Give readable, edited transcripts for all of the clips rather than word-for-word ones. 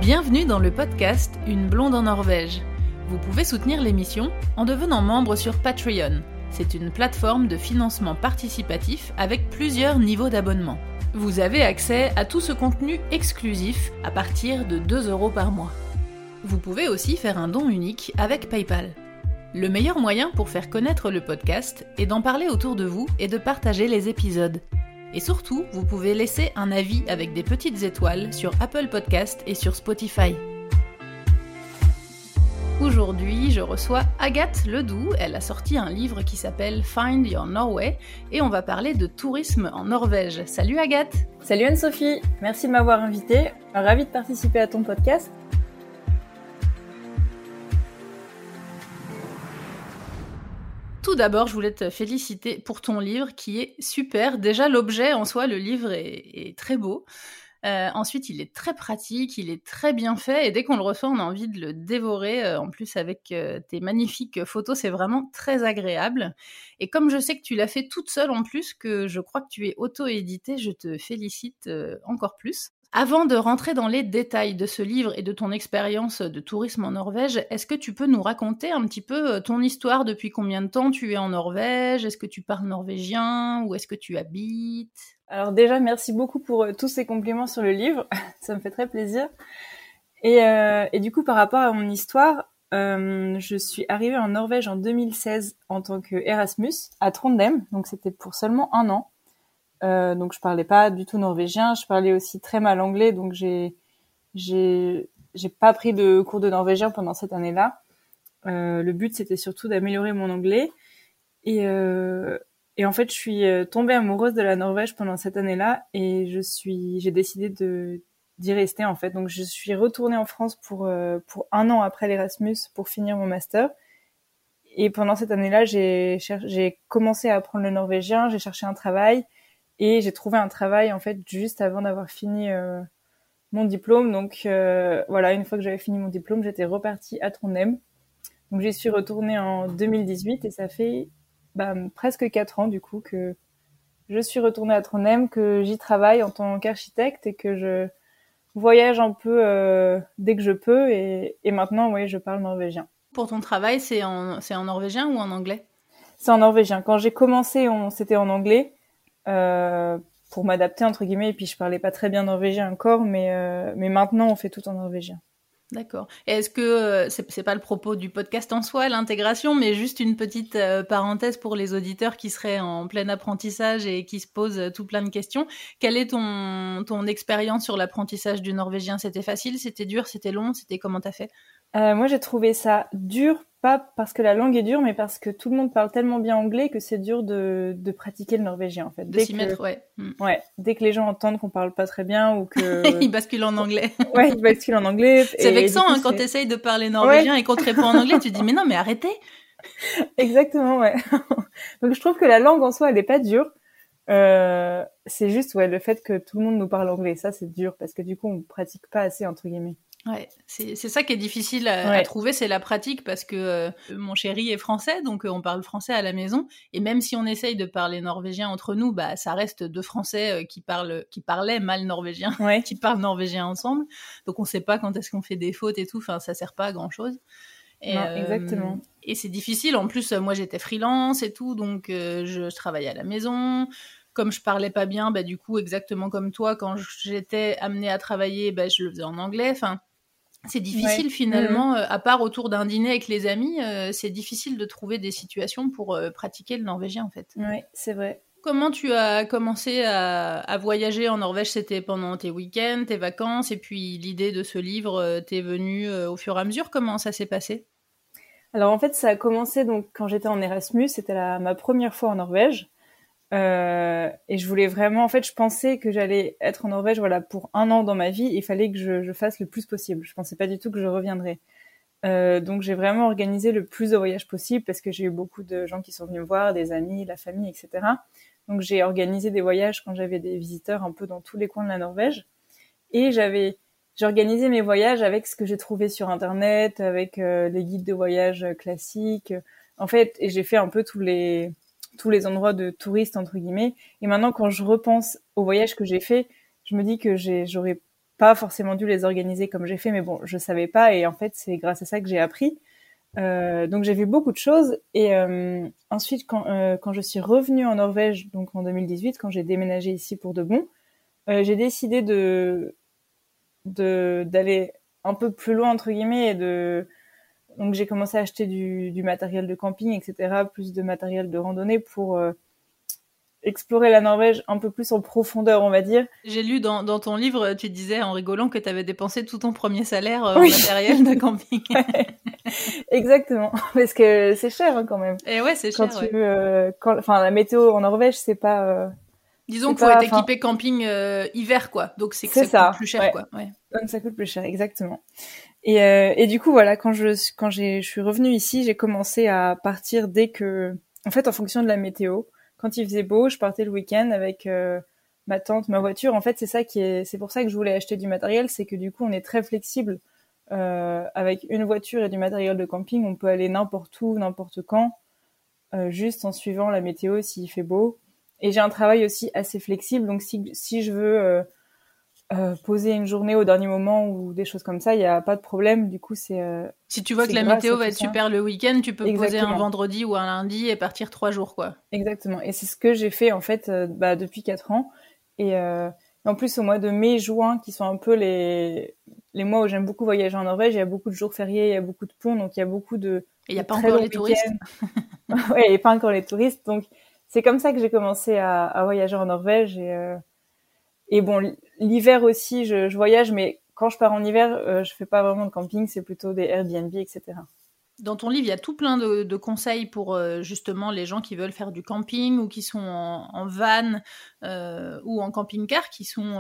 Bienvenue dans le podcast Une blonde en Norvège. Vous pouvez soutenir l'émission en devenant membre sur Patreon. C'est une plateforme de financement participatif avec plusieurs niveaux d'abonnement. Vous avez accès à tout ce contenu exclusif à partir de 2 € par mois. Vous pouvez aussi faire un don unique avec PayPal. Le meilleur moyen pour faire connaître le podcast est d'en parler autour de vous et de partager les épisodes. Et surtout, vous pouvez laisser un avis avec des petites étoiles sur Apple Podcast et sur Spotify. Aujourd'hui, je reçois Agathe Ledoux. Elle a sorti un livre qui s'appelle Find Your Norway et on va parler de tourisme en Norvège. Salut Agathe! Salut Anne-Sophie, merci de m'avoir invitée. Ravie de participer à ton podcast. Tout d'abord, je voulais te féliciter pour ton livre qui est super. Déjà, l'objet en soi, le livre est très beau. Ensuite, il est très pratique, il est très bien fait et dès qu'on le reçoit, on a envie de le dévorer. En plus, avec tes magnifiques photos, c'est vraiment très agréable. Et comme je sais que tu l'as fait toute seule en plus, que je crois que tu es auto-éditée, je te félicite encore plus. Avant de rentrer dans les détails de ce livre et de ton expérience de tourisme en Norvège, est-ce que tu peux nous raconter un petit peu ton histoire, depuis combien de temps tu es en Norvège? Est-ce que tu parles norvégien? Où est-ce que tu habites? Alors déjà, merci beaucoup pour tous ces compliments sur le livre, ça me fait très plaisir. Et du coup, par rapport à mon histoire, je suis arrivée en Norvège en 2016 en tant que Erasmus à Trondheim, donc c'était pour seulement 1 an. Donc je parlais pas du tout norvégien, je parlais aussi très mal anglais, donc j'ai pas pris de cours de norvégien pendant cette année-là. Le but c'était surtout d'améliorer mon anglais et en fait je suis tombée amoureuse de la Norvège pendant cette année-là et j'ai décidé d'y rester en fait. Donc je suis retournée en France pour 1 an après l'Erasmus pour finir mon master. Et pendant cette année-là, j'ai commencé à apprendre le norvégien, j'ai cherché un travail. Et j'ai trouvé un travail en fait juste avant d'avoir fini mon diplôme. Donc voilà, une fois que j'avais fini mon diplôme, j'étais repartie à Trondheim. Donc j'y suis retournée en 2018 et ça fait presque 4 ans du coup que je suis retournée à Trondheim, que j'y travaille en tant qu'architecte et que je voyage un peu dès que je peux. Et maintenant, oui, je parle norvégien. Pour ton travail, c'est en norvégien ou en anglais? C'est en norvégien. Quand j'ai commencé, c'était en anglais. Pour m'adapter entre guillemets, et puis je parlais pas très bien norvégien encore, mais maintenant on fait tout en norvégien. D'accord. Et est-ce que c'est pas le propos du podcast en soi, l'intégration, mais juste une petite parenthèse pour les auditeurs qui seraient en plein apprentissage et qui se posent tout plein de questions. Quelle est ton expérience sur l'apprentissage du norvégien? C'était facile, c'était dur, c'était long, comment t'as fait? Moi j'ai trouvé ça dur, pas parce que la langue est dure, mais parce que tout le monde parle tellement bien anglais que c'est dur de pratiquer le norvégien en fait. De s'y mettre, ouais. Ouais, dès que les gens entendent qu'on parle pas très bien ou que... Ils basculent en anglais. Ouais, ils basculent en anglais. C'est vexant quand t'essayes de parler norvégien et qu'on te répond en anglais, tu te dis mais non, mais arrêtez. Exactement, ouais. Donc je trouve que la langue en soi, elle est pas dure. C'est juste le fait que tout le monde nous parle anglais, ça c'est dur parce que du coup on pratique pas assez entre guillemets. Ouais, c'est ça qui est difficile à trouver, c'est la pratique, parce que mon chéri est français, donc on parle français à la maison, et même si on essaye de parler norvégien entre nous, ça reste 2 Français qui parlaient mal norvégien, qui parlent norvégien ensemble, donc on sait pas quand est-ce qu'on fait des fautes et tout, enfin ça sert pas à grand chose. Et, non, exactement. Et c'est difficile, en plus moi j'étais freelance et tout, donc je travaillais à la maison. Comme je parlais pas bien, du coup exactement comme toi, quand j'étais amenée à travailler, je le faisais en anglais, enfin c'est difficile finalement, à part autour d'un dîner avec les amis, c'est difficile de trouver des situations pour pratiquer le norvégien en fait. Oui, c'est vrai. Comment tu as commencé à voyager en Norvège? C'était pendant tes week-ends, tes vacances, et puis l'idée de ce livre t'est venue au fur et à mesure? Comment ça s'est passé? Alors en fait, ça a commencé donc quand j'étais en Erasmus, c'était ma première fois en Norvège. Et je voulais vraiment, en fait, je pensais que j'allais être en Norvège, pour 1 an dans ma vie. Il fallait que je fasse le plus possible. Je pensais pas du tout que je reviendrais. Donc j'ai vraiment organisé le plus de voyages possible parce que j'ai eu beaucoup de gens qui sont venus me voir, des amis, la famille, etc. Donc j'ai organisé des voyages quand j'avais des visiteurs un peu dans tous les coins de la Norvège. Et j'ai organisé mes voyages avec ce que j'ai trouvé sur Internet, avec les guides de voyage classiques. En fait, et j'ai fait un peu tous les endroits de touristes entre guillemets. Et maintenant, quand je repense au voyage que j'ai fait, je me dis que j'aurais pas forcément dû les organiser comme j'ai fait, mais bon, je savais pas, et en fait, c'est grâce à ça que j'ai appris. Donc j'ai vu beaucoup de choses, et ensuite quand je suis revenue en Norvège, donc en 2018, quand j'ai déménagé ici pour de bon, j'ai décidé d'aller un peu plus loin entre guillemets, donc j'ai commencé à acheter du matériel de camping, etc., plus de matériel de randonnée pour explorer la Norvège un peu plus en profondeur, on va dire. J'ai lu dans ton livre, tu disais en rigolant que tu avais dépensé tout ton premier salaire Oui. en matériel de camping. Ouais. Exactement, parce que c'est cher quand même. Et ouais, c'est Quand cher. Enfin, la météo en Norvège, c'est pas. Disons qu'il faut être équipé camping hiver, quoi. Donc c'est que ça coûte plus cher, ouais. quoi. Ouais. Donc ça coûte plus cher, exactement. Et du coup, voilà, quand je suis revenue ici, j'ai commencé à partir dès que, en fait, en fonction de la météo. Quand il faisait beau, je partais le week-end avec ma tente, ma voiture. En fait, c'est pour ça que je voulais acheter du matériel, c'est que du coup, on est très flexible. Avec une voiture et du matériel de camping, on peut aller n'importe où, n'importe quand, juste en suivant la météo s'il fait beau. Et j'ai un travail aussi assez flexible, donc si je veux poser une journée au dernier moment ou des choses comme ça, il n'y a pas de problème. Du coup, si tu vois que la météo va être super le week-end, tu peux poser un vendredi ou un lundi et partir 3 jours, quoi. Exactement. Et c'est ce que j'ai fait en fait depuis 4 ans. Et en plus, au mois de mai, juin, qui sont un peu les mois où j'aime beaucoup voyager en Norvège, il y a beaucoup de jours fériés, il y a beaucoup de ponts, donc il y a beaucoup de. Et il n'y a pas encore les touristes. Ouais, il n'y a pas encore les touristes. Donc c'est comme ça que j'ai commencé à voyager en Norvège. Et bon, l'hiver aussi, je voyage, mais quand je pars en hiver, je fais pas vraiment de camping, c'est plutôt des Airbnb, etc. Dans ton livre, il y a tout plein de conseils pour justement les gens qui veulent faire du camping ou qui sont en van ou en camping-car, qui sont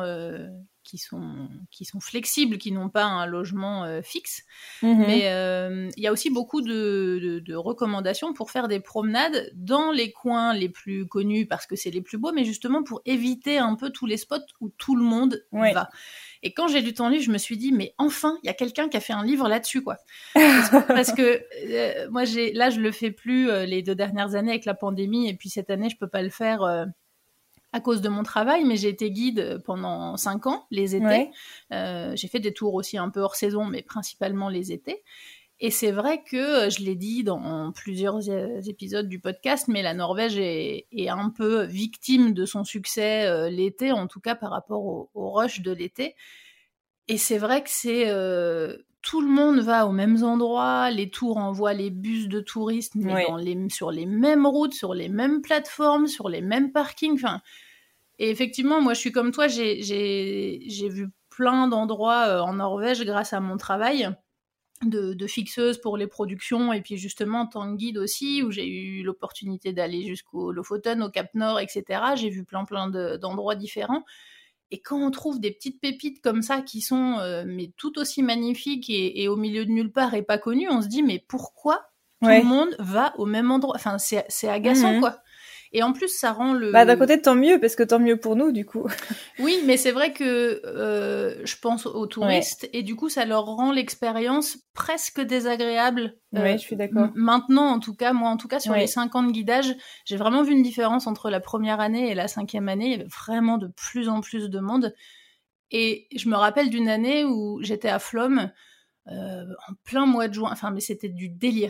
flexibles, qui n'ont pas un logement fixe. Mais il y a aussi beaucoup de recommandations pour faire des promenades dans les coins les plus connus parce que c'est les plus beaux, mais justement pour éviter un peu tous les spots où tout le monde va. Et quand j'ai lu ton livre, je me suis dit, mais enfin, il y a quelqu'un qui a fait un livre là-dessus, quoi. Parce que moi, là, je le fais plus les 2 dernières années avec la pandémie, et puis cette année, je peux pas le faire à cause de mon travail, mais j'ai été guide pendant 5 ans, les étés. J'ai fait des tours aussi un peu hors saison, mais principalement les étés. Et c'est vrai que, je l'ai dit dans plusieurs épisodes du podcast, mais la Norvège est un peu victime de son succès l'été, en tout cas par rapport au rush de l'été. Et c'est vrai que tout le monde va aux mêmes endroits, les tours envoient les bus de touristes, mais sur les mêmes routes, sur les mêmes plateformes, sur les mêmes parkings. Enfin, et effectivement, moi je suis comme toi, j'ai vu plein d'endroits en Norvège grâce à mon travail de fixeuse pour les productions, et puis justement en tant que guide aussi, où j'ai eu l'opportunité d'aller jusqu'au Lofoten, au Cap Nord, etc. J'ai vu plein d'endroits différents. Et quand on trouve des petites pépites comme ça qui sont mais tout aussi magnifiques et au milieu de nulle part et pas connues, on se dit mais pourquoi tout le monde va au même endroit ? Enfin, c'est agaçant, quoi. Et en plus, ça rend le... d'un côté, tant mieux, parce que tant mieux pour nous, du coup. Oui, mais c'est vrai que je pense aux touristes, et du coup, ça leur rend l'expérience presque désagréable. Oui, je suis d'accord. Maintenant, en tout cas, sur les 5 ans de guidage, j'ai vraiment vu une différence entre la première année et la 5e année. Il y avait vraiment de plus en plus de monde. Et je me rappelle d'une année où j'étais à Flåm, en plein mois de juin, enfin, mais c'était du délire.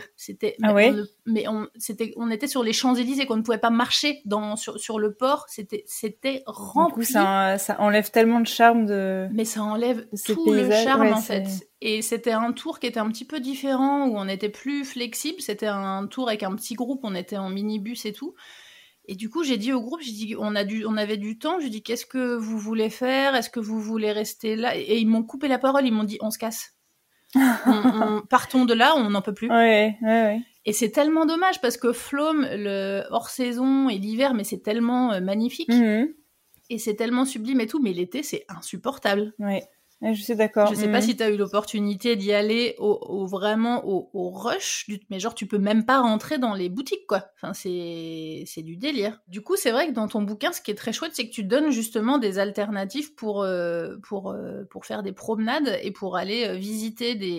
On était sur les Champs-Élysées, qu'on ne pouvait pas marcher sur le port. C'était rempli. Du coup, ça enlève tellement de charme Mais ça enlève tout paysages, le charme, en fait. Et c'était un tour qui était un petit peu différent, où on était plus flexible. C'était un tour avec un petit groupe, on était en minibus et tout. Et du coup, j'ai dit au groupe, on avait du temps. J'ai dit, qu'est-ce que vous voulez faire ? Est-ce que vous voulez rester là ? Et ils m'ont coupé la parole. Ils m'ont dit, on se casse. Partons de là, on n'en peut plus. Et c'est tellement dommage parce que Flåm, le hors saison et l'hiver, mais c'est tellement magnifique et c'est tellement sublime et tout, mais l'été c'est insupportable. Je suis d'accord. Je sais pas si tu as eu l'opportunité d'y aller vraiment au rush, mais genre tu peux même pas rentrer dans les boutiques, quoi. Enfin, c'est du délire. Du coup, c'est vrai que dans ton bouquin, ce qui est très chouette, c'est que tu donnes justement des alternatives pour faire des promenades et pour aller visiter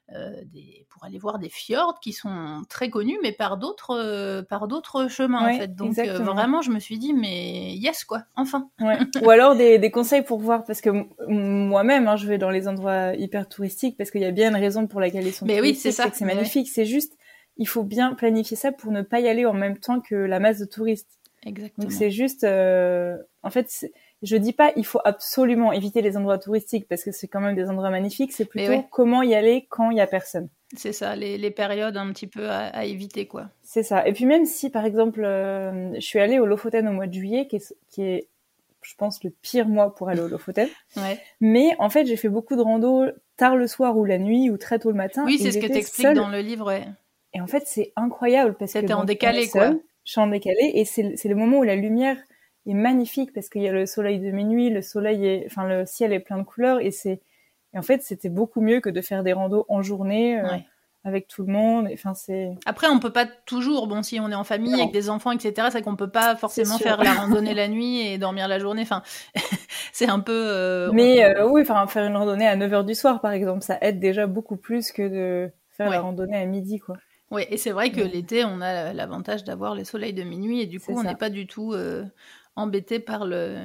pour aller voir des fjords qui sont très connus, mais par d'autres chemins, en fait. Donc, vraiment, je me suis dit, mais yes, quoi, enfin. Ouais. Ou alors des conseils pour voir, parce que moi-même, je vais dans les endroits hyper touristiques, parce qu'il y a bien une raison pour laquelle ils sont touristiques, oui, c'est que c'est magnifique. C'est juste, il faut bien planifier ça pour ne pas y aller en même temps que la masse de touristes. Exactement. Donc, c'est juste... en fait, je dis pas il faut absolument éviter les endroits touristiques parce que c'est quand même des endroits magnifiques, c'est plutôt comment y aller quand il y a personne. C'est ça, les périodes un petit peu à éviter, quoi. C'est ça. Et puis même si, par exemple, je suis allée au Lofoten au mois de juillet, qui est je pense, le pire mois pour aller au Lofoten. Mais en fait, j'ai fait beaucoup de rando tard le soir ou la nuit ou très tôt le matin. Oui, c'est ce que t'expliques dans le livre, Et en fait, c'est incroyable parce que... T'es en décalé, quoi. Je suis en décalé et c'est le moment où la lumière est magnifique parce qu'il y a le soleil de minuit, le ciel est plein de couleurs et en fait, c'était beaucoup mieux que de faire des randos en journée avec tout le monde. Enfin, c'est... Après, on peut pas toujours, si on est en famille avec des enfants, etc., c'est qu'on peut pas forcément faire la randonnée la nuit et dormir la journée. Enfin, c'est un peu... oui, faire une randonnée à 9h du soir, par exemple, ça aide déjà beaucoup plus que de faire la randonnée à midi, quoi. Oui, et c'est vrai que l'été, on a l'avantage d'avoir le soleil de minuit et du coup, on n'est pas du tout embêté par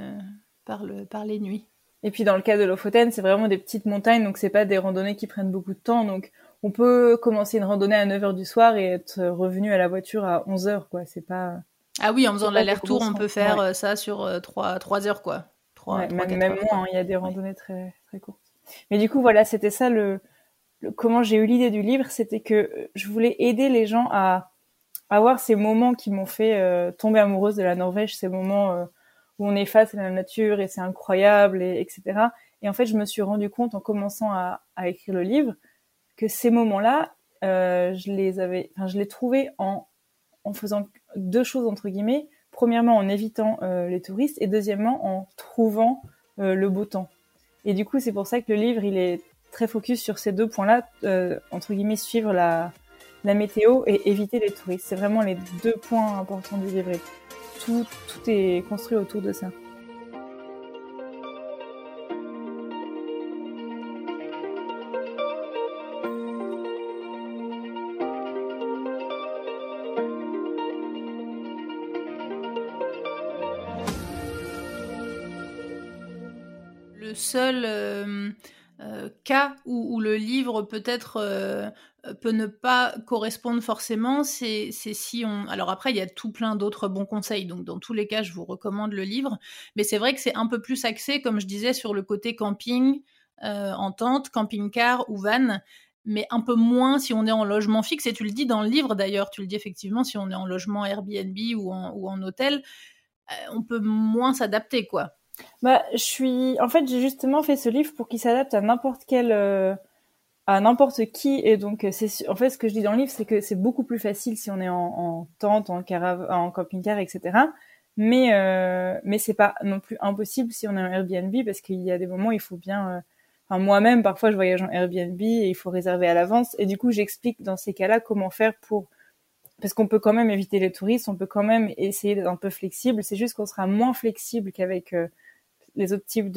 les nuits. Et puis, dans le cas de Lofoten, c'est vraiment des petites montagnes, donc c'est pas des randonnées qui prennent beaucoup de temps. Donc, on peut commencer une randonnée à 9h du soir et être revenu à la voiture à 11h, quoi. C'est pas... Ah oui, en faisant l'aller-retour, on peut faire ça sur 3 heures, quoi. Même moins, il y a des randonnées très, très courtes. Mais du coup, voilà, c'était ça comment j'ai eu l'idée du livre, c'était que je voulais aider les gens à avoir ces moments qui m'ont fait tomber amoureuse de la Norvège, ces moments où on est face à la nature et c'est incroyable, etc. Et en fait, je me suis rendu compte en commençant à écrire le livre que ces moments-là, je les trouvais en faisant deux choses entre guillemets. Premièrement, en évitant les touristes et deuxièmement, en trouvant le beau temps. Et du coup, c'est pour ça que le livre, il est très focus sur ces deux points-là, entre guillemets, suivre la météo et éviter les touristes. C'est vraiment les deux points importants du livre. Tout est construit autour de ça. Le seul cas où le livre peut-être peut ne pas correspondre forcément, c'est si on... Alors après, il y a tout plein d'autres bons conseils, donc dans tous les cas, je vous recommande le livre, mais c'est vrai que c'est un peu plus axé, comme je disais, sur le côté camping, en tente, camping-car ou van, mais un peu moins si on est en logement fixe, et tu le dis dans le livre d'ailleurs, tu le dis effectivement, si on est en logement Airbnb ou en hôtel, on peut moins s'adapter, quoi. En fait, j'ai justement fait ce livre pour qu'il s'adapte à à n'importe qui, et donc en fait ce que je dis dans le livre, c'est que c'est beaucoup plus facile si on est en tente, en camping-car, etc. Mais c'est pas non plus impossible si on est en Airbnb, parce qu'il y a des moments où il faut bien... moi-même, parfois, je voyage en Airbnb et il faut réserver à l'avance, et du coup, j'explique dans ces cas-là comment faire parce qu'on peut quand même éviter les touristes, on peut quand même essayer d'être un peu flexible. C'est juste qu'on sera moins flexible qu'avec les autres types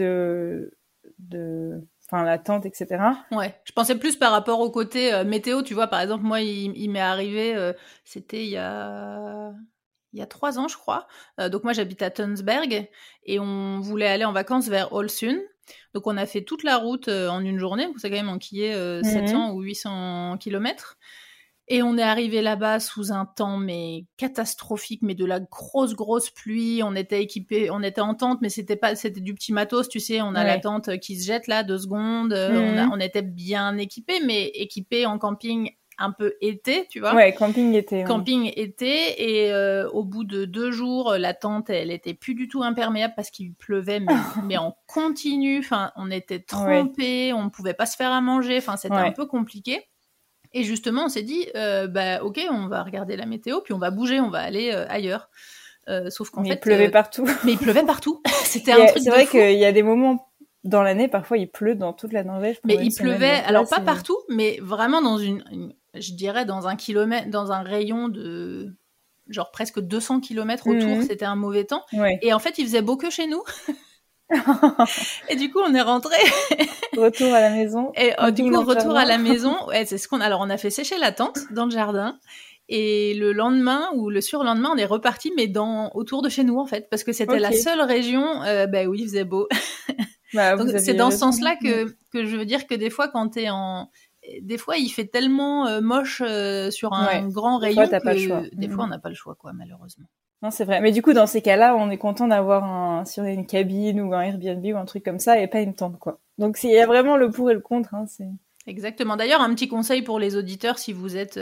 la tente, etc. Ouais, je pensais plus par rapport au côté météo, tu vois. Par exemple, moi, il m'est arrivé, c'était il y a 3 ans, je crois. Donc moi, j'habite à Tønsberg et on voulait aller en vacances vers Ålesund. Donc on a fait toute la route en une journée. C'est quand même enquillé 700 ou 800 kilomètres. Et on est arrivé là-bas sous un temps mais catastrophique, mais de la grosse pluie. On était équipés, on était en tente, mais c'était du petit matos, tu sais. On a la tente qui se jette là 2 secondes. On était bien équipés, mais équipés en camping un peu été, tu vois. Ouais, camping été. Camping été, et au bout de 2 jours, la tente, elle était plus du tout imperméable parce qu'il pleuvait, mais en continu. Enfin, on était trempés, on pouvait pas se faire à manger. Enfin, c'était un peu compliqué. Et justement, on s'est dit, ok, on va regarder la météo, puis on va bouger, on va aller ailleurs. Sauf qu'en fait... il pleuvait partout. Mais il pleuvait partout. C'était un truc de fou. C'est vrai qu'il y a des moments dans l'année, parfois il pleut dans toute la Norvège. Mais il pleuvait, alors pas partout, mais vraiment dans je dirais dans un kilomètre, dans un rayon de genre presque 200 kilomètres autour, c'était un mauvais temps. Ouais. Et en fait, il faisait beau que chez nous. Et du coup, on est rentré. Retour à la maison. Et du coup, retour à la maison. Ouais, c'est ce qu'on. Alors, on a fait sécher la tente dans le jardin. Et le lendemain ou le surlendemain, on est reparti, mais autour de chez nous en fait, parce que c'était la seule région où il faisait beau. Donc c'est dans ce sens-là que je veux dire que des fois, quand t'es des fois, il fait tellement moche sur un grand rayon que des fois, on n'a pas le choix, quoi, malheureusement. Non, c'est vrai. Mais du coup, dans ces cas-là, on est content d'avoir sur une cabine ou un Airbnb ou un truc comme ça et pas une tente, quoi. Donc, il y a vraiment le pour et le contre, hein, c'est... Exactement. D'ailleurs, un petit conseil pour les auditeurs, si vous êtes,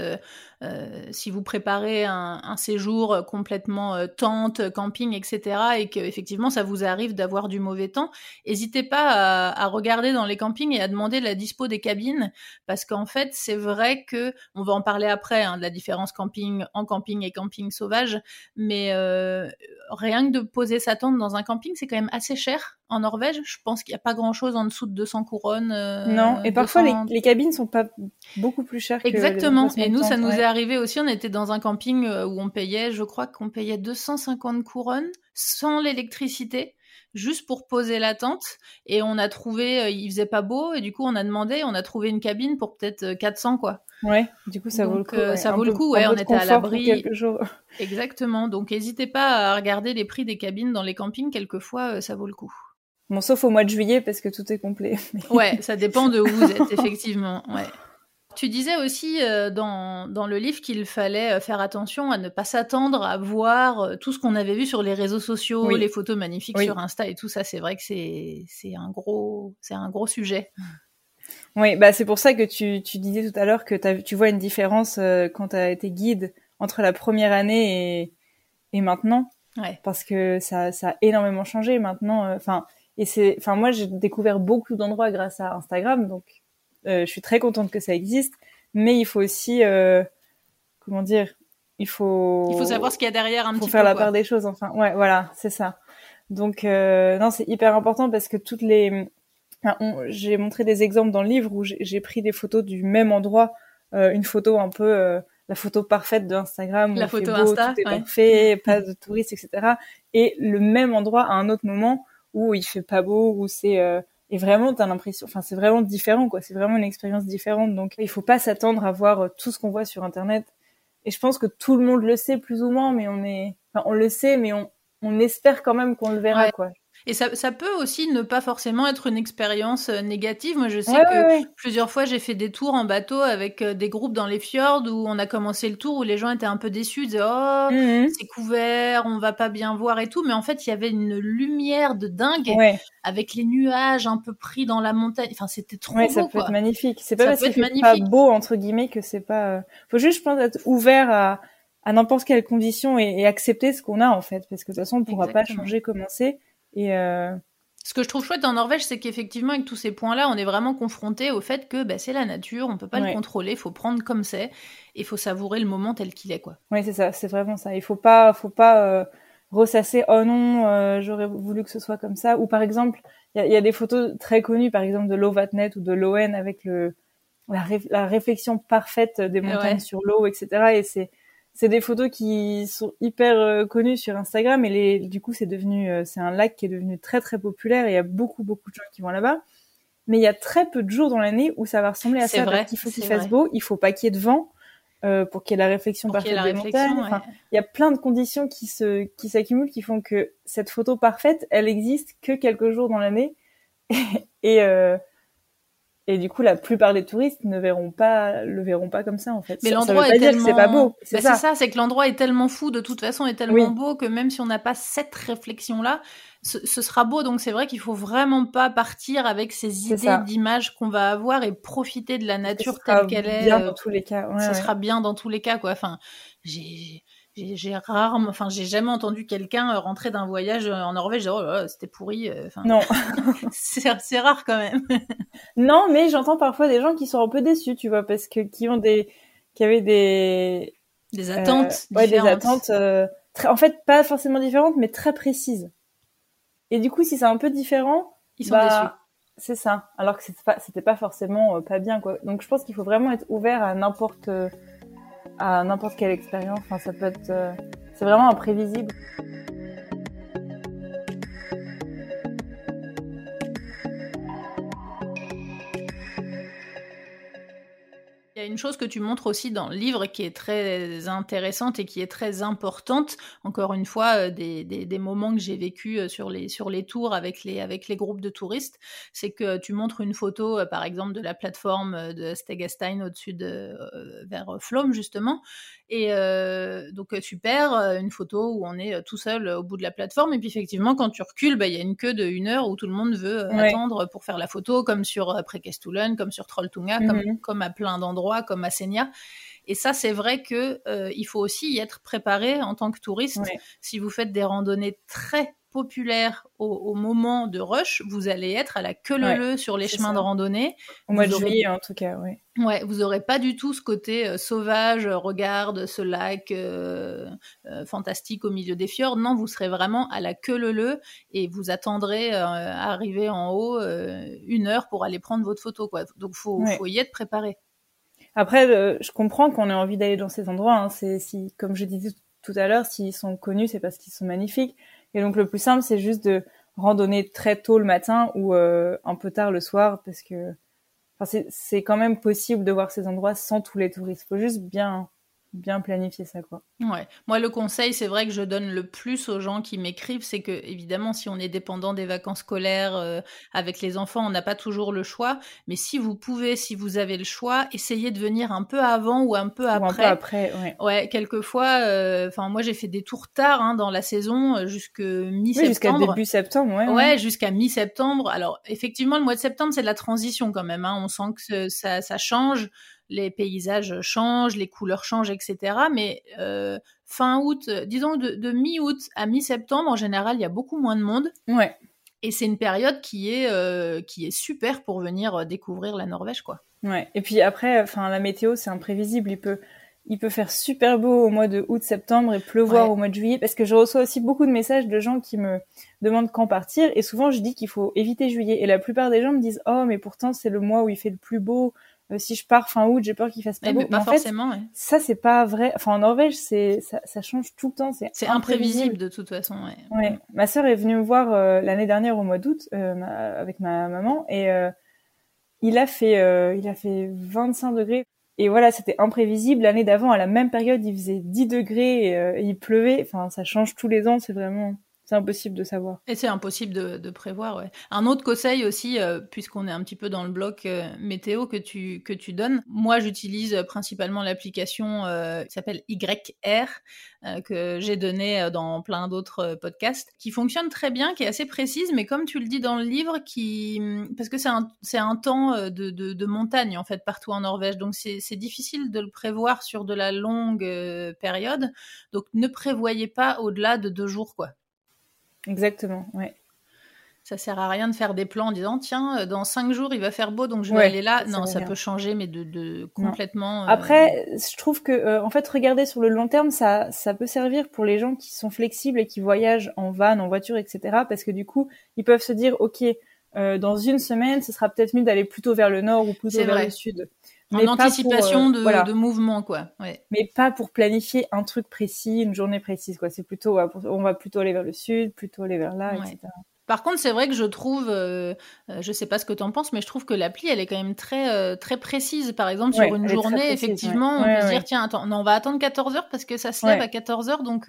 si vous préparez un séjour complètement tente, camping, etc., et que effectivement ça vous arrive d'avoir du mauvais temps, n'hésitez pas à regarder dans les campings et à demander la dispo des cabines, parce qu'en fait, c'est vrai que on va en parler après de la différence camping et camping sauvage, mais rien que de poser sa tente dans un camping, c'est quand même assez cher. En Norvège, je pense qu'il n'y a pas grand-chose en dessous de 200 couronnes. Non, et parfois les cabines sont pas beaucoup plus chères que Exactement. Et nous, ça nous est arrivé aussi. On était dans un camping où on payait, je crois qu'on payait 250 couronnes sans l'électricité, juste pour poser la tente. Et on a trouvé, il faisait pas beau, et du coup, on a demandé, on a trouvé une cabine pour peut-être 400, quoi. Ouais, du coup, ça vaut le coup. Ça vaut le coup, ouais, on était à l'abri. Quelques jours. Exactement. Donc, n'hésitez pas à regarder les prix des cabines dans les campings. Quelquefois, ça vaut le coup. Bon, sauf au mois de juillet, parce que tout est complet. Ouais, ça dépend de où vous êtes, effectivement. Ouais. Tu disais aussi dans le livre qu'il fallait faire attention à ne pas s'attendre à voir tout ce qu'on avait vu sur les réseaux sociaux, les photos magnifiques sur Insta et tout ça. C'est vrai que c'est un gros sujet. Oui, bah c'est pour ça que tu disais tout à l'heure que tu vois une différence quand tu as été guide entre la première année et maintenant. Ouais. Parce que ça a énormément changé maintenant. Moi j'ai découvert beaucoup d'endroits grâce à Instagram, donc je suis très contente que ça existe, mais il faut aussi il faut savoir ce qu'il y a derrière un petit peu. Il faut faire la part des choses, enfin. Ouais, voilà, c'est ça. Donc non, c'est hyper important parce que j'ai montré des exemples dans le livre où j'ai pris des photos du même endroit, une photo un peu la photo parfaite de Instagram où la photo il fait beau, Insta, tout est parfait, pas de touristes, etc. Et le même endroit à un autre moment où il fait pas beau, où c'est et vraiment t'as l'impression, enfin c'est vraiment différent, quoi. C'est vraiment une expérience différente. Donc il faut pas s'attendre à voir tout ce qu'on voit sur Internet. Et je pense que tout le monde le sait plus ou moins, mais on le sait, mais on espère quand même qu'on le verra, quoi. Et ça peut aussi ne pas forcément être une expérience négative. Moi, je sais que plusieurs fois, j'ai fait des tours en bateau avec des groupes dans les fjords où on a commencé le tour où les gens étaient un peu déçus, ils disaient c'est couvert, on va pas bien voir et tout. Mais en fait, il y avait une lumière de dingue avec les nuages un peu pris dans la montagne. Enfin, c'était trop beau, ça peut être magnifique. C'est pas ça parce qu'il fait pas beau, entre guillemets, que c'est pas... Faut juste, je pense, être ouvert à n'importe quelle condition et accepter ce qu'on a, en fait. Parce que de toute façon, on pourra pas changer comment c'est. Et ce que je trouve chouette en Norvège, c'est qu'effectivement, avec tous ces points-là, on est vraiment confronté au fait que c'est la nature, on peut pas le contrôler, il faut prendre comme c'est, et il faut savourer le moment tel qu'il est, quoi. Oui, c'est ça, c'est vraiment ça. Il faut pas ressasser, oh non, j'aurais voulu que ce soit comme ça. Ou par exemple, il y a des photos très connues, par exemple de Lovatnet ou de Loen avec la réflexion parfaite des montagnes sur l'eau, etc. Et c'est des photos qui sont hyper connues sur Instagram et du coup c'est un lac qui est devenu très très populaire et il y a beaucoup de gens qui vont là-bas. Mais il y a très peu de jours dans l'année où ça va ressembler à ça. Parce qu'il faut qu'il fasse beau, il faut pas qu'il y ait de vent pour qu'il y ait la réflexion parfaite des montagnes. Enfin, il y a plein de conditions qui s'accumulent qui font que cette photo parfaite, elle existe que quelques jours dans l'année et du coup, la plupart des touristes le verront pas comme ça, en fait. Mais l'endroit est tellement... c'est pas beau. C'est ça, c'est que l'endroit est tellement fou, de toute façon, est tellement beau que même si on n'a pas cette réflexion-là, ce sera beau. Donc c'est vrai qu'il faut vraiment pas partir avec ces idées d'images qu'on va avoir et profiter de la nature telle qu'elle est. Bien dans tous les cas. Ça sera bien dans tous les cas, quoi. Enfin, j'ai jamais entendu quelqu'un rentrer d'un voyage en Norvège dire, oh là là, c'était pourri. Non. c'est rare quand même. Non, mais j'entends parfois des gens qui sont un peu déçus, tu vois, parce que qui avaient des attentes différentes. Des attentes en fait pas forcément différentes, mais très précises. Et du coup, si c'est un peu différent, ils sont déçus. C'est ça. Alors que c'était pas forcément pas bien, quoi. Donc je pense qu'il faut vraiment être ouvert à n'importe quelle expérience. Enfin, ça peut être, c'est vraiment imprévisible. a une chose que tu montres aussi dans le livre qui est très intéressante et qui est très importante. Encore une fois, des moments que j'ai vécus sur les tours avec les groupes de touristes, c'est que tu montres une photo, par exemple, de la plateforme de Stegestein au-dessus vers Flåm, justement. Et donc, super, une photo où on est tout seul au bout de la plateforme. Et puis, effectivement, quand tu recules, il y a une queue de 1 heure où tout le monde veut attendre pour faire la photo, comme sur Prekestolen, comme sur Trolltunga, comme à plein d'endroits, comme à Senja. Et ça, c'est vrai que il faut aussi y être préparé en tant que touriste. Ouais. Si vous faites des randonnées très populaires au moment de rush, vous allez être à la queue leu sur les chemins de randonnée. Au mois de juillet, en tout cas, oui. Ouais, vous aurez pas du tout ce côté sauvage, regarde ce lac fantastique au milieu des fjords. Non, vous serez vraiment à la queue leu et vous attendrez à arriver en haut 1 heure pour aller prendre votre photo, quoi. Donc, faut y être préparé. Après, je comprends qu'on ait envie d'aller dans ces endroits. Hein. Comme je disais tout à l'heure, s'ils sont connus, c'est parce qu'ils sont magnifiques. Et donc, le plus simple, c'est juste de randonner très tôt le matin ou un peu tard le soir, parce que c'est quand même possible de voir ces endroits sans tous les touristes. Faut juste bien planifier ça, quoi. Ouais. Moi, le conseil, c'est vrai que je donne le plus aux gens qui m'écrivent, c'est que, évidemment, si on est dépendant des vacances scolaires avec les enfants, on n'a pas toujours le choix. Mais si vous pouvez, si vous avez le choix, essayez de venir un peu avant ou un peu après. Ou un peu après, ouais. Ouais, quelquefois, moi, j'ai fait des tours tard dans la saison, jusque mi-septembre. Oui, jusqu'à début septembre, ouais. Ouais, jusqu'à mi-septembre. Alors, effectivement, le mois de septembre, c'est de la transition quand même. On sent que ça change. Les paysages changent, les couleurs changent, etc. Mais fin août, disons de mi-août à mi-septembre, en général, il y a beaucoup moins de monde. Ouais. Et c'est une période qui est super pour venir découvrir la Norvège, quoi. Ouais. Et puis après, la météo, c'est imprévisible. Il peut faire super beau au mois de août-septembre et pleuvoir au mois de juillet. Parce que je reçois aussi beaucoup de messages de gens qui me demandent quand partir. Et souvent, je dis qu'il faut éviter juillet. Et la plupart des gens me disent « Oh, mais pourtant, c'est le mois où il fait le plus beau. Si je pars fin août, j'ai peur qu'il fasse pas beau. » Mais pas forcément, fait, ça, c'est pas vrai. En Norvège, ça change tout le temps. C'est imprévisible de toute façon, ouais. Ma sœur est venue me voir l'année dernière au mois d'août avec ma maman. Et il a fait 25 degrés. Et voilà, c'était imprévisible. L'année d'avant, à la même période, il faisait 10 degrés et il pleuvait. Ça change tous les ans. C'est impossible de savoir. Et c'est impossible de prévoir, ouais. Un autre conseil aussi, puisqu'on est un petit peu dans le bloc météo que tu donnes. Moi, j'utilise principalement l'application qui s'appelle YR, que j'ai donnée dans plein d'autres podcasts, qui fonctionne très bien, qui est assez précise, mais comme tu le dis dans le livre, parce que c'est un temps de montagne, en fait, partout en Norvège. Donc, c'est difficile de le prévoir sur de la longue période. Donc, ne prévoyez pas au-delà de 2 jours, quoi. Exactement, ouais. Ça sert à rien de faire des plans en disant tiens, dans 5 jours il va faire beau donc je vais aller là. Non, ça peut changer, mais de complètement. Après, je trouve que en fait regarder sur le long terme, ça peut servir pour les gens qui sont flexibles et qui voyagent en van, en voiture, etc. Parce que du coup, ils peuvent se dire ok, dans une semaine, ce sera peut-être mieux d'aller plutôt vers le nord ou plutôt vers le sud. En anticipation de mouvement, quoi. Ouais. Mais pas pour planifier un truc précis, une journée précise, quoi. C'est plutôt, on va plutôt aller vers le sud, plutôt aller vers là, etc. Par contre, c'est vrai que je trouve, je sais pas ce que t'en penses, mais je trouve que l'appli, elle est quand même très, très précise. Par exemple, sur une journée, précise, effectivement, on peut se dire, tiens, attends, non, on va attendre 14 heures parce que ça se lève à 14 heures, donc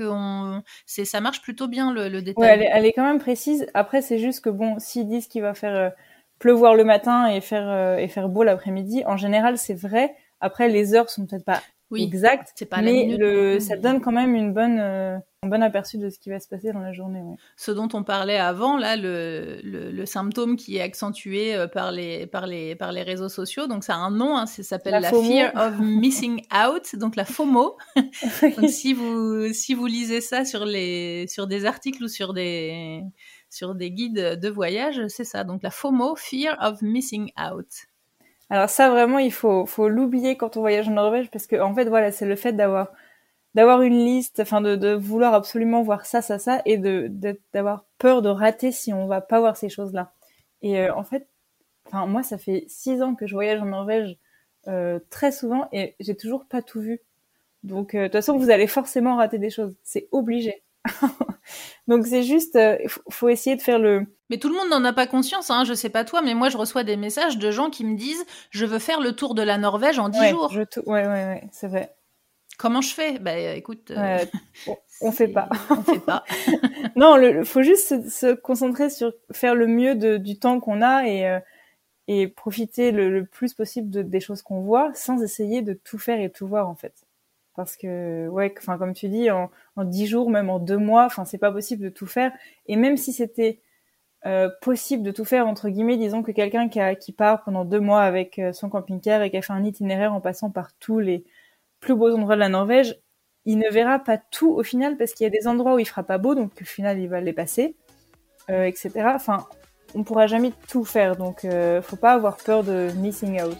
ça marche plutôt bien le détail. Ouais, elle est quand même précise. Après, c'est juste que bon, s'ils disent qu'il va faire pleuvoir le matin et faire beau l'après-midi, en général, c'est vrai. Après, les heures sont peut-être pas exactes, c'est pas mais ça donne quand même un bon aperçu de ce qui va se passer dans la journée. Ouais. Ce dont on parlait avant, là, le symptôme qui est accentué par les réseaux sociaux, donc ça a un nom, ça s'appelle la fear of missing out, donc la FOMO. Donc si vous lisez ça sur des articles ou sur des guides de voyage, c'est ça. Donc la FOMO, fear of missing out. Alors ça vraiment, il faut l'oublier quand on voyage en Norvège parce que en fait voilà, c'est le fait d'avoir une liste, de vouloir absolument voir ça et d'avoir peur de rater si on va pas voir ces choses-là. Et en fait, moi ça fait 6 ans que je voyage en Norvège très souvent et j'ai toujours pas tout vu. Donc de toute façon, vous allez forcément rater des choses, c'est obligé. Donc c'est juste, faut essayer de faire le... Mais tout le monde n'en a pas conscience, hein. Je sais pas toi, mais moi je reçois des messages de gens qui me disent « Je veux faire le tour de la Norvège en 10 jours ». Ouais, c'est vrai. Comment je fais ? Bah écoute, on fait pas. On fait pas. Non, faut juste se concentrer sur faire le mieux du temps qu'on a et profiter le plus possible des choses qu'on voit sans essayer de tout faire et tout voir en fait. Parce que comme tu dis, en 10 jours, même en 2 mois, c'est pas possible de tout faire. Et même si c'était possible de tout faire entre guillemets, disons que quelqu'un qui part pendant 2 mois avec son camping-car et qui a fait un itinéraire en passant par tous les plus beaux endroits de la Norvège, il ne verra pas tout au final parce qu'il y a des endroits où il fera pas beau, donc au final il va les passer, etc. On pourra jamais tout faire, donc faut pas avoir peur de missing out.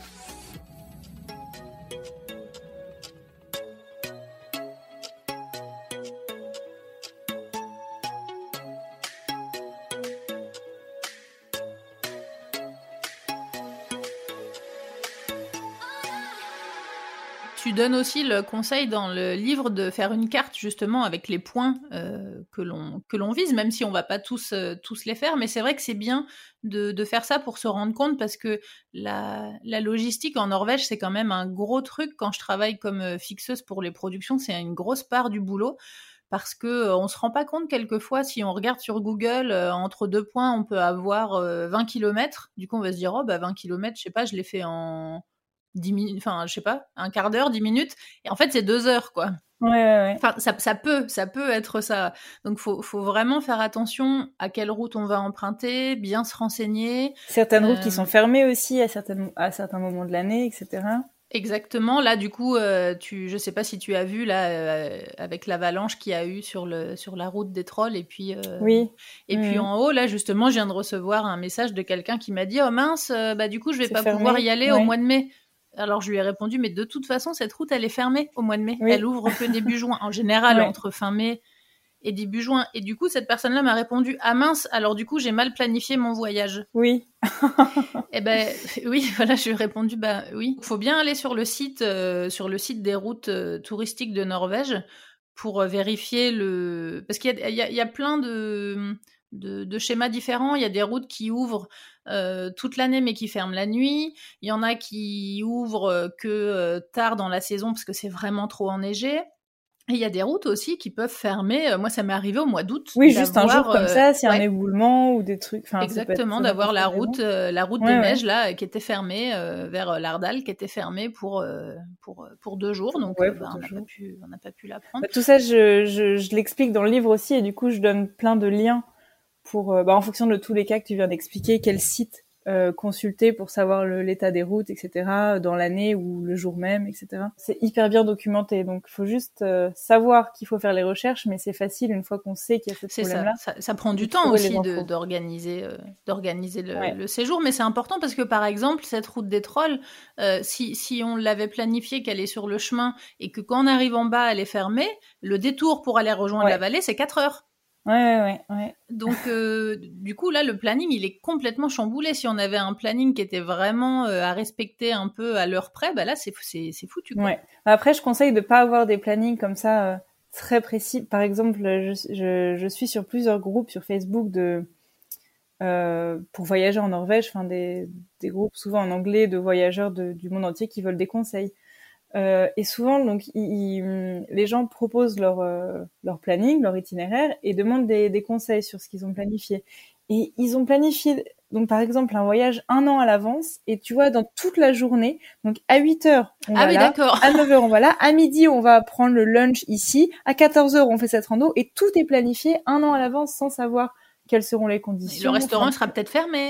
Tu donnes aussi le conseil dans le livre de faire une carte justement avec les points que l'on vise, même si on va pas tous les faire, mais c'est vrai que c'est bien de faire ça pour se rendre compte parce que la logistique en Norvège, c'est quand même un gros truc. Quand je travaille comme fixeuse pour les productions, c'est une grosse part du boulot parce que on se rend pas compte quelquefois si on regarde sur Google entre 2 points, on peut avoir 20 km. Du coup, on va se dire 20 km, je sais pas, je l'ai fait en 10 minutes, je sais pas, un quart d'heure, 10 minutes. Et en fait, c'est 2 heures, quoi. Ouais. Ça peut être ça. Donc, faut vraiment faire attention à quelle route on va emprunter, bien se renseigner. Certaines routes qui sont fermées aussi à certains moments de l'année, etc. Exactement. Là, du coup, je sais pas si tu as vu là avec l'avalanche qu'il y a eu sur la route des Trolls et puis oui. Puis en haut là, justement, je viens de recevoir un message de quelqu'un qui m'a dit oh mince, du coup, je vais pas pouvoir y aller au mois de mai. Alors je lui ai répondu mais de toute façon, cette route elle est fermée au mois de mai. Oui. Elle ouvre que début juin en général entre fin mai et début juin. Et du coup, cette personne-là m'a répondu ah mince, alors du coup, j'ai mal planifié mon voyage. Oui. Eh ben oui, voilà, je lui ai répondu oui. Il faut bien aller sur le site des routes touristiques de Norvège pour vérifier parce qu'il y a plein de schémas différents. Il y a des routes qui ouvrent toute l'année mais qui ferment la nuit. Il y en a qui ouvrent que tard dans la saison parce que c'est vraiment trop enneigé. Et il y a des routes aussi qui peuvent fermer. Moi, ça m'est arrivé au mois d'août. Oui, juste un jour comme ça, s'il y a un éboulement ou des trucs. Exactement, d'avoir la route des neiges là qui était fermée vers Lardal, qui était fermée pour 2 jours. Donc, on n'a pas pu la prendre. Tout ça, je l'explique dans le livre aussi, et du coup, je donne plein de liens pour, en fonction de tous les cas que tu viens d'expliquer, quel site consulter pour savoir l'état des routes, etc., dans l'année ou le jour même, etc. C'est hyper bien documenté, donc il faut juste savoir qu'il faut faire les recherches, mais c'est facile une fois qu'on sait qu'il y a ce problème-là. Ça prend du temps aussi d'organiser le séjour, mais c'est important parce que par exemple, cette route des Trolls, si on l'avait planifié qu'elle est sur le chemin et que quand on arrive en bas, elle est fermée, le détour pour aller rejoindre la vallée, c'est 4 heures. Ouais. Donc, du coup, là, le planning, il est complètement chamboulé. Si on avait un planning qui était vraiment à respecter un peu à l'heure près, là, c'est foutu, quoi. Ouais. Après, je conseille de pas avoir des plannings comme ça très précis. Par exemple, je suis sur plusieurs groupes sur Facebook pour voyager en Norvège, des groupes souvent en anglais de voyageurs du monde entier qui veulent des conseils. Et souvent, donc, les gens proposent leur planning, leur itinéraire, et demandent des conseils sur ce qu'ils ont planifié. Et ils ont planifié, donc par exemple, un voyage 1 an à l'avance, et tu vois, dans toute la journée, donc à 8h, on va là, d'accord. à 9h, on va là, à midi, on va prendre le lunch ici, à 14h, on fait cette rando, et tout est planifié 1 an à l'avance sans savoir quelles seront les conditions. Le restaurant sera peut-être fermé.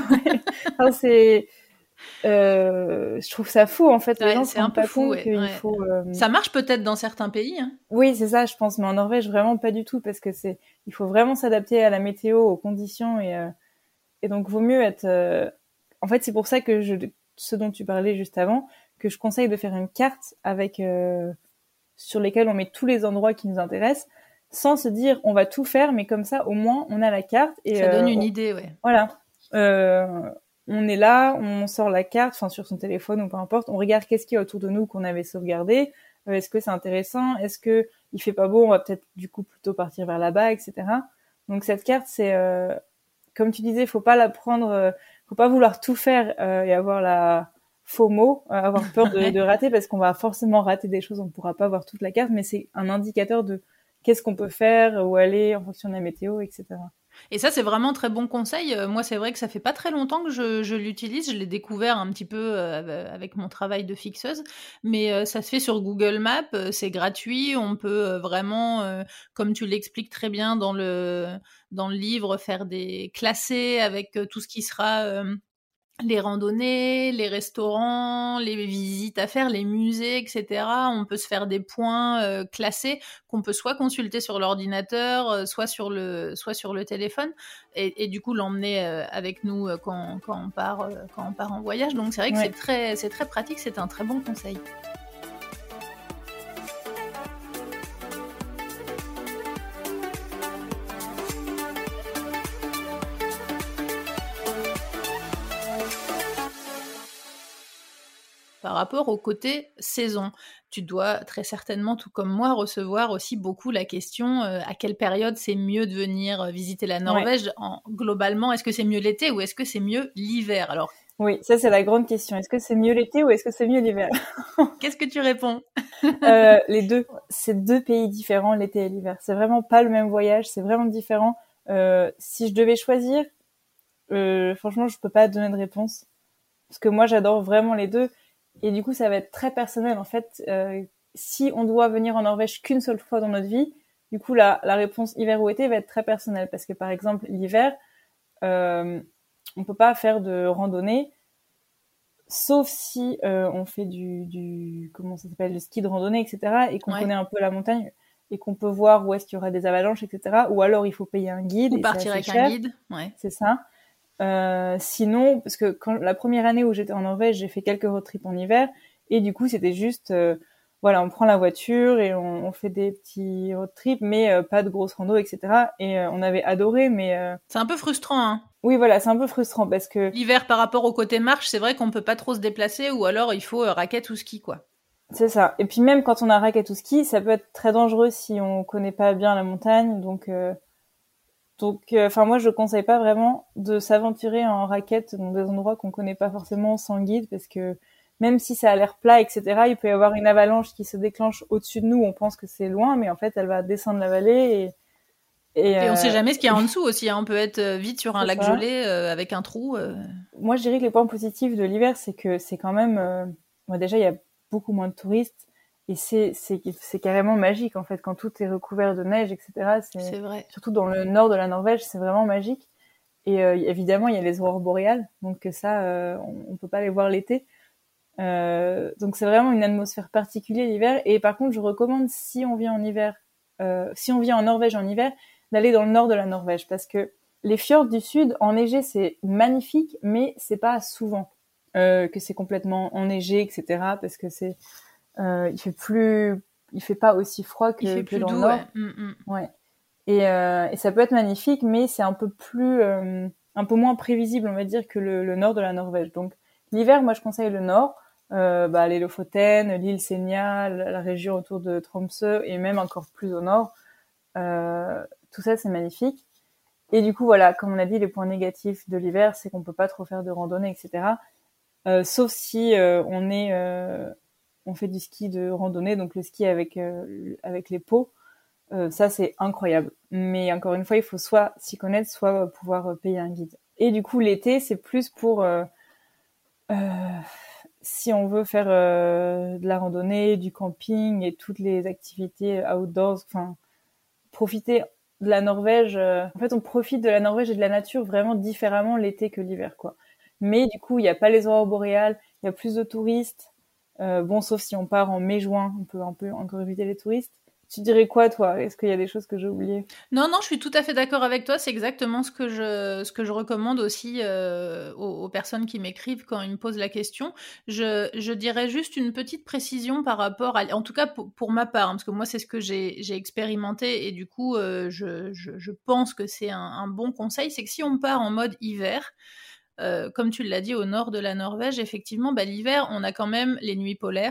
Je trouve ça fou en fait. Les gens c'est un peu fou. Faut, Ça marche peut-être dans certains pays. Hein. Oui, c'est ça, je pense, mais en Norvège vraiment pas du tout parce que il faut vraiment s'adapter à la météo, aux conditions et donc vaut mieux être. En fait, c'est pour ça que ce dont tu parlais juste avant, que je conseille de faire une carte avec sur lesquelles on met tous les endroits qui nous intéressent, sans se dire on va tout faire, mais comme ça au moins on a la carte et ça donne une idée, ouais. Voilà. On est là, on sort la carte, sur son téléphone ou peu importe, on regarde qu'est-ce qu'il y a autour de nous qu'on avait sauvegardé, Est-ce que c'est intéressant? Est-ce que il fait pas beau? On va peut-être du coup plutôt partir vers là-bas, etc. Donc cette carte, c'est comme tu disais, faut pas la prendre, faut pas vouloir tout faire et avoir la FOMO, avoir peur de rater parce qu'on va forcément rater des choses, on ne pourra pas voir toute la carte, mais c'est un indicateur de qu'est-ce qu'on peut faire, où aller en fonction de la météo, etc. Et ça, c'est vraiment un très bon conseil. Moi, c'est vrai que ça fait pas très longtemps que je l'utilise. Je l'ai découvert un petit peu avec mon travail de fixeuse. Mais ça se fait sur Google Maps. C'est gratuit. On peut vraiment, comme tu l'expliques très bien dans le livre, faire des classés avec tout ce qui sera les randonnées, les restaurants, les visites à faire, les musées, etc. On peut se faire des points classés qu'on peut soit consulter sur l'ordinateur, soit sur le téléphone, et du coup l'emmener avec nous quand on part en voyage. Donc c'est vrai que c'est très pratique, c'est un très bon conseil. Par rapport au côté saison, tu dois très certainement, tout comme moi, recevoir aussi beaucoup la question à quelle période c'est mieux de venir visiter la Norvège. Globalement, est-ce que c'est mieux l'été ou est-ce que c'est mieux l'hiver? Alors, oui, ça c'est la grande question. Est-ce que c'est mieux l'été ou est-ce que c'est mieux l'hiver? Qu'est-ce que tu réponds? Les deux. C'est deux pays différents, l'été et l'hiver. C'est vraiment pas le même voyage, c'est vraiment différent. Si je devais choisir, franchement, je peux pas donner de réponse. Parce que moi, j'adore vraiment les deux. Et du coup, ça va être très personnel. En fait, si on doit venir en Norvège qu'une seule fois dans notre vie, du coup, la réponse hiver ou été va être très personnelle. Parce que par exemple, l'hiver, on peut pas faire de randonnée, sauf si on fait du comment ça s'appelle, le ski de randonnée, etc. Et qu'on connaît un peu la montagne et qu'on peut voir où est-ce qu'il y aura des avalanches, etc. Ou alors il faut payer un guide. Ou partir avec un guide. Ouais. C'est ça. Sinon, parce que quand la première année où j'étais en Norvège, j'ai fait quelques road trips en hiver, et du coup c'était juste, voilà, on prend la voiture et on fait des petits road trips, mais pas de grosses rando, etc. Et on avait adoré, mais c'est un peu frustrant, hein. Oui, voilà, c'est un peu frustrant parce que l'hiver par rapport au côté marche, c'est vrai qu'on peut pas trop se déplacer, ou alors il faut raquette ou ski, quoi. C'est ça. Et puis même quand on a raquette ou ski, ça peut être très dangereux si on connaît pas bien la montagne, donc enfin moi je conseille pas vraiment de s'aventurer en raquette dans des endroits qu'on connaît pas forcément sans guide, parce que même si ça a l'air plat, etc., il peut y avoir une avalanche qui se déclenche au-dessus de nous. On pense que c'est loin, mais en fait elle va descendre la vallée et on sait jamais ce qu'il y a en dessous aussi, hein. On peut être vite sur un lac gelé avec un trou. Moi je dirais que les points positifs de l'hiver, c'est que c'est quand même déjà il y a beaucoup moins de touristes. Et c'est carrément magique, en fait, quand tout est recouvert de neige, etc. C'est vrai. Surtout dans le nord de la Norvège, c'est vraiment magique. Et évidemment, il y a les aurores boréales, donc ça, on peut pas les voir l'été. Donc c'est vraiment une atmosphère particulière l'hiver. Et par contre, je recommande, si on vient en hiver, si on vient en Norvège en hiver, d'aller dans le nord de la Norvège, parce que les fjords du sud, enneigés, c'est magnifique, mais c'est pas souvent que c'est complètement enneigé, etc. Parce que il fait pas aussi froid que dans le nord. Ouais. Et ça peut être magnifique, mais c'est un peu moins prévisible, on va dire, que le nord de la Norvège. Donc l'hiver, moi je conseille le nord, les Lofoten, l'île Senja, la région autour de Tromsø et même encore plus au nord. Tout ça c'est magnifique. Et du coup voilà, comme on a dit, les points négatifs de l'hiver, c'est qu'on peut pas trop faire de randonnée, etc. Sauf si on fait du ski de randonnée, donc le ski avec les pots. Ça, c'est incroyable. Mais encore une fois, il faut soit s'y connaître, soit pouvoir payer un guide. Et du coup, l'été, c'est plus pour si on veut faire de la randonnée, du camping et toutes les activités outdoors, enfin, profiter de la Norvège. En fait, on profite de la Norvège et de la nature vraiment différemment l'été que l'hiver, quoi. Mais du coup, il n'y a pas les aurores boréales, il y a plus de touristes. Sauf si on part en mai-juin, on peut un peu encore éviter les touristes. Tu dirais quoi, toi? Est-ce qu'il y a des choses que j'ai oubliées? Non, je suis tout à fait d'accord avec toi. C'est exactement ce que je recommande aussi aux personnes qui m'écrivent quand ils me posent la question. Je dirais juste une petite précision par rapport à, en tout cas pour ma part, hein, parce que moi c'est ce que j'ai expérimenté et du coup je pense que c'est un bon conseil. C'est que si on part en mode hiver, comme tu l'as dit, au nord de la Norvège, effectivement, l'hiver, on a quand même les nuits polaires.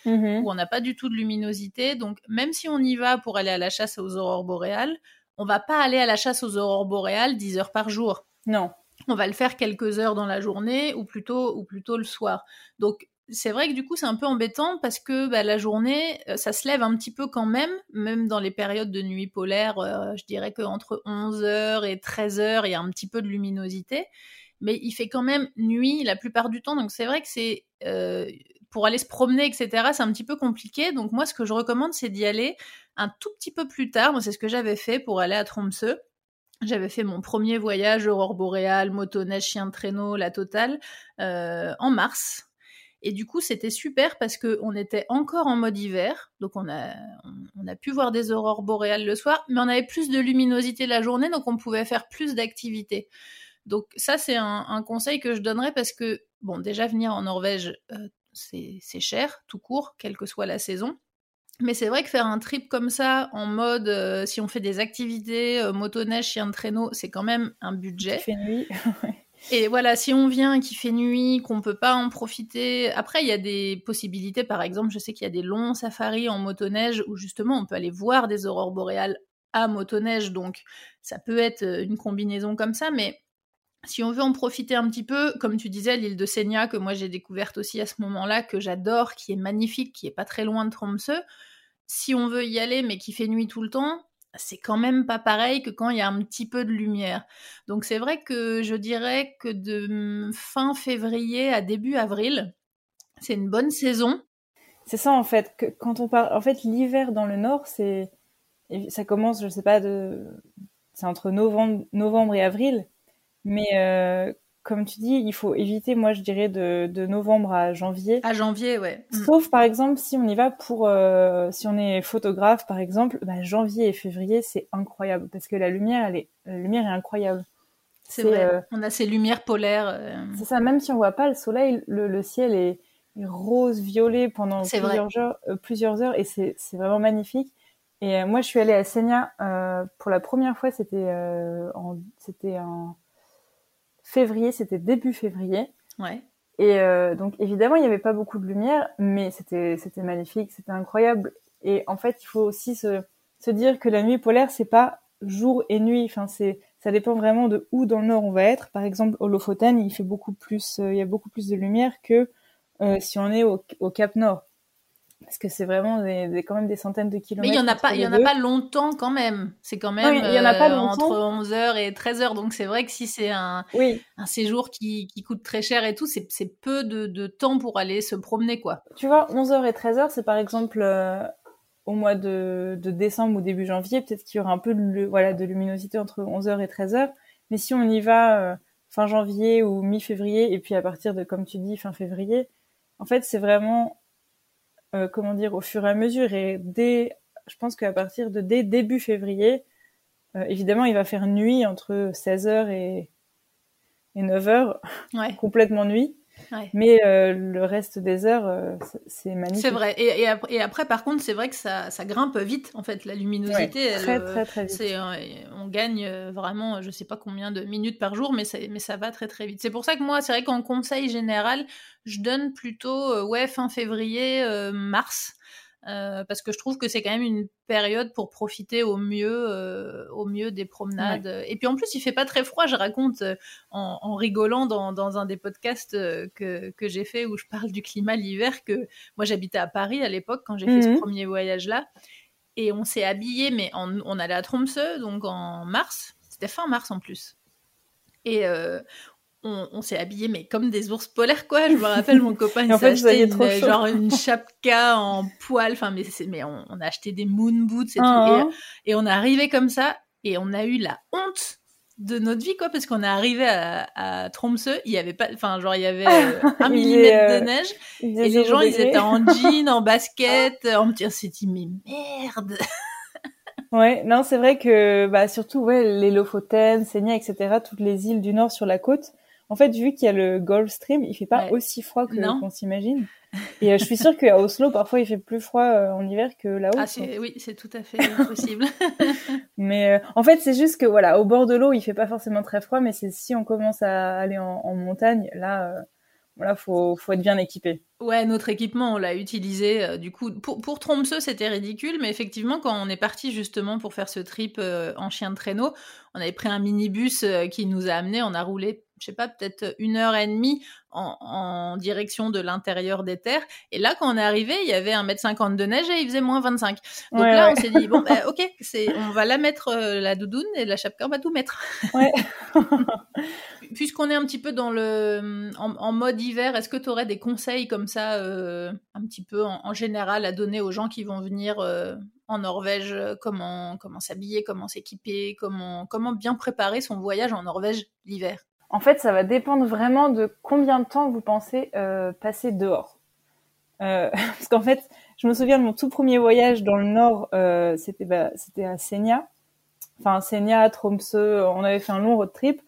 Mhm. où on n'a pas du tout de luminosité. Donc, même si on y va pour aller à la chasse aux aurores boréales, on va pas aller à la chasse aux aurores boréales 10 heures par jour. Non. On va le faire quelques heures dans la journée ou plutôt le soir. Donc, c'est vrai que du coup, c'est un peu embêtant parce que la journée, ça se lève un petit peu quand même dans les périodes de nuit polaire, je dirais qu'entre 11h et 13h, il y a un petit peu de luminosité. Mais il fait quand même nuit la plupart du temps. Donc, c'est vrai que c'est... pour aller se promener, etc., c'est un petit peu compliqué. Donc, moi, ce que je recommande, c'est d'y aller un tout petit peu plus tard. Moi, c'est ce que j'avais fait pour aller à Tromsø. J'avais fait mon premier voyage aurore boréale, motoneige, chien de traîneau, la totale, en mars. Et du coup, c'était super parce qu'on était encore en mode hiver, donc on a pu voir des aurores boréales le soir, mais on avait plus de luminosité la journée, donc on pouvait faire plus d'activités. Donc ça, c'est un conseil que je donnerais parce que, bon, déjà venir en Norvège, c'est cher, tout court, quelle que soit la saison. Mais c'est vrai que faire un trip comme ça, en mode, si on fait des activités, motoneige, chien de traîneau, c'est quand même un budget. Qui fait nuit. Et voilà, si on vient, qu'il fait nuit, qu'on peut pas en profiter... Après, il y a des possibilités, par exemple, je sais qu'il y a des longs safaris en motoneige où justement on peut aller voir des aurores boréales à motoneige, donc ça peut être une combinaison comme ça, mais si on veut en profiter un petit peu, comme tu disais, l'île de Senja, que moi j'ai découverte aussi à ce moment-là, que j'adore, qui est magnifique, qui est pas très loin de Tromsø, si on veut y aller mais qu'il fait nuit tout le temps, c'est quand même pas pareil que quand il y a un petit peu de lumière. Donc c'est vrai que je dirais que de fin février à début avril, c'est une bonne saison. C'est ça en fait, que quand on part, en fait l'hiver dans le nord, ça commence, je sais pas, c'est entre novembre et avril, mais comme tu dis, il faut éviter, moi je dirais de novembre à janvier. À janvier, ouais. Sauf par exemple si on y va si on est photographe par exemple, janvier et février c'est incroyable parce que la lumière est incroyable. C'est vrai. On a ces lumières polaires. C'est ça, même si on voit pas le soleil, le ciel est rose, violet pendant plusieurs heures et c'est vraiment magnifique. Et moi je suis allée à Senja pour la première fois, c'était en février, c'était début février. Ouais. Et donc évidemment, il n'y avait pas beaucoup de lumière, mais c'était magnifique, c'était incroyable. Et en fait, il faut aussi se dire que la nuit polaire, c'est pas jour et nuit. Enfin, ça dépend vraiment de où dans le nord on va être. Par exemple, au Lofoten, il fait beaucoup plus, il y a beaucoup plus de lumière que si on est au Cap Nord. Parce que c'est vraiment quand même des centaines de kilomètres. Mais il y en a pas longtemps quand même. C'est quand même il y en a pas entre 11h et 13h. Donc c'est vrai que si c'est un séjour qui coûte très cher et tout, c'est peu de temps pour aller se promener, quoi. Tu vois, 11h et 13h, c'est par exemple au mois de décembre ou début janvier, peut-être qu'il y aura un peu de luminosité entre 11h et 13h. Mais si on y va fin janvier ou mi-février, et puis à partir de, comme tu dis, fin février, en fait, c'est vraiment... au fur et à mesure, et je pense qu'à partir de dès début février, évidemment, il va faire nuit entre 16h et 9h, ouais. Complètement nuit. Ouais. Mais le reste des heures, c'est magnifique. C'est vrai. Et après, par contre, c'est vrai que ça grimpe vite, en fait, la luminosité. Ouais, très, très vite. On gagne vraiment, je sais pas combien de minutes par jour, mais ça va très, très vite. C'est pour ça que moi, c'est vrai qu'en conseil général, je donne plutôt fin février, mars. Parce que je trouve que c'est quand même une période pour profiter au mieux des promenades. Ouais. Et puis en plus, il fait pas très froid. Je raconte en rigolant dans un des podcasts que j'ai fait où je parle du climat l'hiver, que moi j'habitais à Paris à l'époque quand j'ai fait ce premier voyage-là. Et on s'est habillés, mais on allait à Tromsø, donc en mars. C'était fin mars en plus. Et on s'est habillés mais comme des ours polaires, quoi. Je me rappelle, mon copain il s'est acheté une chapka en poil, enfin mais on a acheté des moon boots et tout, et on est arrivé comme ça et on a eu la honte de notre vie, quoi, parce qu'on est arrivé à Tromsø, il y avait pas, enfin genre il y avait 1 millimètre de neige et les gens ils étaient en jean, en basket, on s'est dit mais merde. Ouais, non, c'est vrai que surtout les Lofoten, Senja, etc., toutes les îles du nord sur la côte. En fait, vu qu'il y a le Gulf Stream, il fait pas aussi froid qu'on s'imagine. Et je suis sûre qu'à Oslo, parfois, il fait plus froid en hiver que là-haut. Ah, oui, c'est tout à fait possible. Mais en fait, c'est juste que au bord de l'eau, il fait pas forcément très froid, mais c'est si on commence à aller en montagne, là, voilà, faut être bien équipé. Ouais, notre équipement, on l'a utilisé. Du coup, pour Tromsø, c'était ridicule, mais effectivement, quand on est parti justement pour faire ce trip en chien de traîneau, on avait pris un minibus qui nous a amenés. On a roulé, je sais pas, peut-être 1 heure et demie en direction de l'intérieur des terres. Et là, quand on est arrivé, il y avait 1,50 m de neige et il faisait -25. Donc Ouais, là, ouais. on s'est dit, bon, bah, ok, on va la mettre, la doudoune et la chapka, on va tout mettre. Ouais. Puisqu'on est un petit peu en mode hiver, est-ce que tu aurais des conseils comme ça, un petit peu en général, à donner aux gens qui vont venir en Norvège, comment s'habiller, comment s'équiper, comment bien préparer son voyage en Norvège l'hiver? En fait, ça va dépendre vraiment de combien de temps vous pensez passer dehors. Parce qu'en fait, je me souviens de mon tout premier voyage dans le Nord, c'était à Senja. Enfin, Senja, Tromsø, on avait fait un long road trip.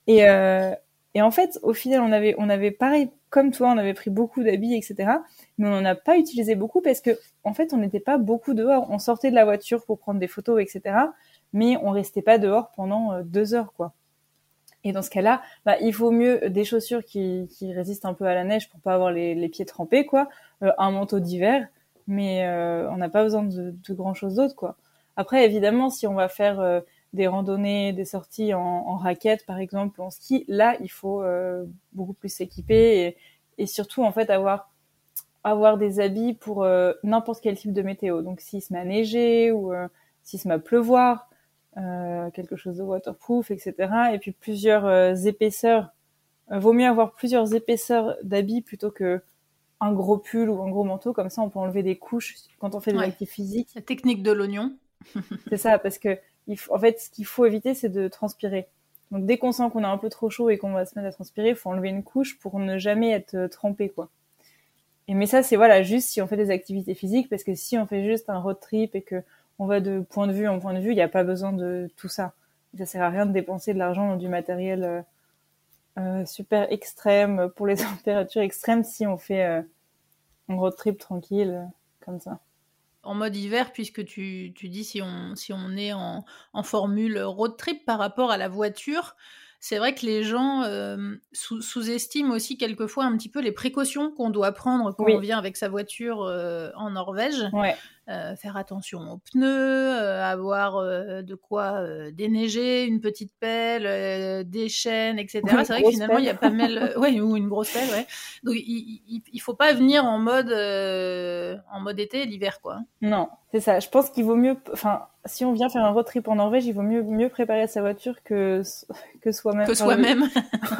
Et en fait, au final, on avait pareil, comme toi, on avait pris beaucoup d'habits, etc. Mais on n'en a pas utilisé beaucoup parce que, en fait, on n'était pas beaucoup dehors. On sortait de la voiture pour prendre des photos, etc. Mais on restait pas dehors pendant 2 heures, quoi. Et dans ce cas-là, il vaut mieux des chaussures qui résistent un peu à la neige pour pas avoir les pieds trempés, quoi. Un manteau d'hiver, mais on n'a pas besoin de grand chose d'autre, quoi. Après, évidemment, si on va faire des randonnées, des sorties en raquettes, par exemple, en ski, là, il faut beaucoup plus s'équiper et surtout, en fait, avoir des habits pour n'importe quel type de météo. Donc, s'il se met à neiger ou s'il se met à pleuvoir, quelque chose de waterproof, etc. Et puis plusieurs épaisseurs. Vaut mieux avoir plusieurs épaisseurs d'habits plutôt que un gros pull ou un gros manteau. Comme ça, on peut enlever des couches quand on fait des activités physiques. La technique de l'oignon. C'est ça, parce que en fait, ce qu'il faut éviter, c'est de transpirer. Donc, dès qu'on sent qu'on a un peu trop chaud et qu'on va se mettre à transpirer, il faut enlever une couche pour ne jamais être trempé, quoi. Mais ça, c'est voilà, juste si on fait des activités physiques, parce que si on fait juste un road trip et que on va de point de vue en point de vue, il n'y a pas besoin de tout ça. Ça sert à rien de dépenser de l'argent dans du matériel super extrême pour les températures extrêmes si on fait un road trip tranquille comme ça. En mode hiver, puisque tu dis si on est en formule road trip par rapport à la voiture, c'est vrai que les gens sous-estiment aussi quelquefois un petit peu les précautions qu'on doit prendre quand on vient avec sa voiture en Norvège. Ouais. Faire attention aux pneus, avoir de quoi déneiger, une petite pelle, des chaînes, etc. C'est vrai que finalement, il y a pas mal... ou une grosse pelle, ouais. Donc, il faut pas venir en mode été l'hiver, quoi. Non, c'est ça. Je pense qu'il vaut mieux... Enfin, si on vient faire un road trip en Norvège, il vaut mieux préparer sa voiture que soi-même. Que soi-même.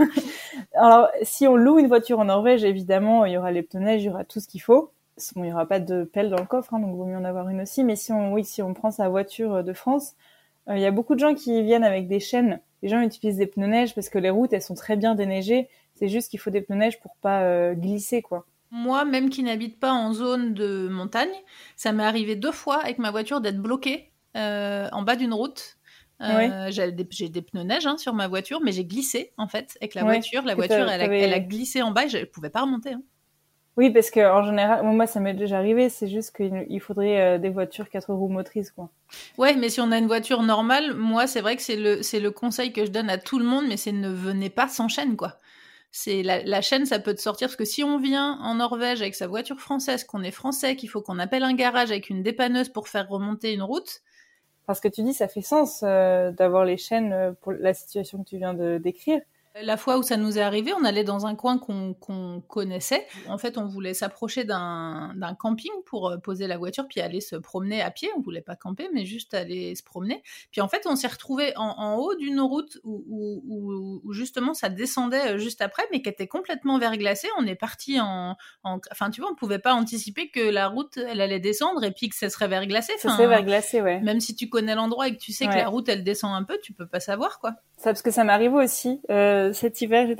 Alors, si on loue une voiture en Norvège, évidemment, il y aura les pneus neige, il y aura tout ce qu'il faut. Bon, il y aura pas de pelle dans le coffre, hein, donc il vaut mieux en avoir une aussi. Mais si on prend sa voiture de France, il y a beaucoup de gens qui viennent avec des chaînes. Les gens utilisent des pneus neige parce que les routes, elles sont très bien déneigées. C'est juste qu'il faut des pneus neige pour pas glisser, quoi. Moi, même qui n'habite pas en zone de montagne, ça m'est arrivé 2 fois avec ma voiture d'être bloquée en bas d'une route. J'ai des pneus neige sur ma voiture, mais j'ai glissé en fait avec la voiture. La voiture, elle a glissé en bas et je ne pouvais pas remonter. Hein. Oui, parce que en général, moi ça m'est déjà arrivé, c'est juste qu'il faudrait des voitures 4 roues motrices, quoi. Ouais, mais si on a une voiture normale, moi c'est vrai que c'est le conseil que je donne à tout le monde, mais c'est ne venez pas sans chaîne, quoi. C'est la chaîne, ça peut te sortir parce que si on vient en Norvège avec sa voiture française, qu'on est français, qu'il faut qu'on appelle un garage avec une dépanneuse pour faire remonter une route. Parce que tu dis, ça fait sens d'avoir les chaînes pour la situation que tu viens de décrire. La fois où ça nous est arrivé, on allait dans un coin qu'on connaissait. En fait, on voulait s'approcher d'un camping pour poser la voiture puis aller se promener à pied. On voulait pas camper, mais juste aller se promener. Puis en fait, on s'est retrouvé en haut d'une route où justement ça descendait juste après, mais qui était complètement verglacée. On est parti enfin, tu vois, on pouvait pas anticiper que la route, elle allait descendre et puis que ça serait verglacé. Ça serait verglacé, ouais. Même si tu connais l'endroit et que tu sais que la route, elle descend un peu, tu peux pas savoir, quoi. Ça, parce que ça m'arrive aussi. Cet hiver,